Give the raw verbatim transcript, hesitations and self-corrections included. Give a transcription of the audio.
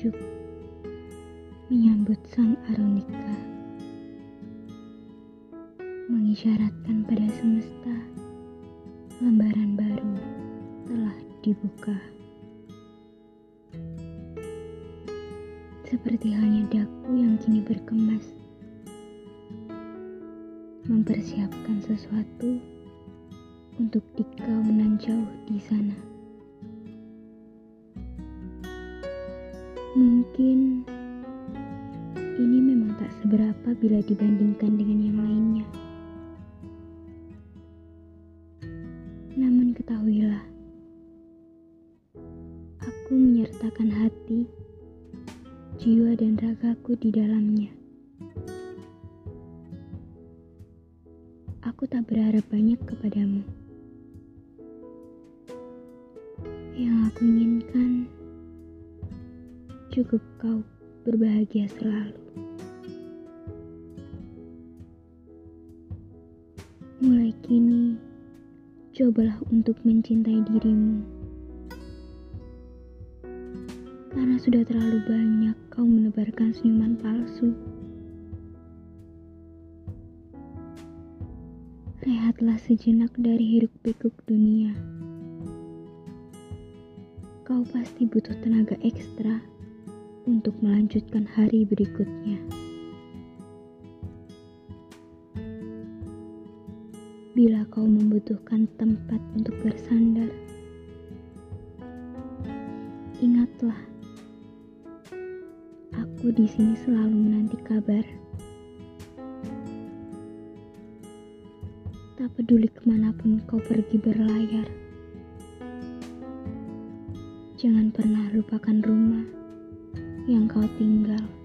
sejuk menyambut sang arunika, mengisyaratkan pada semesta lembaran baru telah dibuka. Seperti halnya daku yang kini berkemas, mempersiapkan sesuatu untuk di kawanan jauh di sana. Mungkin ini memang tak seberapa bila dibandingkan dengan yang lainnya. Namun ketahuilah, aku menyertakan hati, jiwa dan ragaku di dalamnya. Aku tak berharap banyak kepadamu. Yang aku inginkan cukup kau berbahagia selalu. Mulai kini, cobalah untuk mencintai dirimu. Karena sudah terlalu banyak kau menebarkan senyuman palsu. Rehatlah sejenak dari hiruk-pikuk dunia. Kau pasti butuh tenaga ekstra untuk melanjutkan hari berikutnya. Bila kau membutuhkan tempat untuk bersandar, ingatlah, aku di sini selalu menanti kabar. Tak peduli kemanapun kau pergi berlayar, jangan pernah lupakan rumah yang kau tinggal.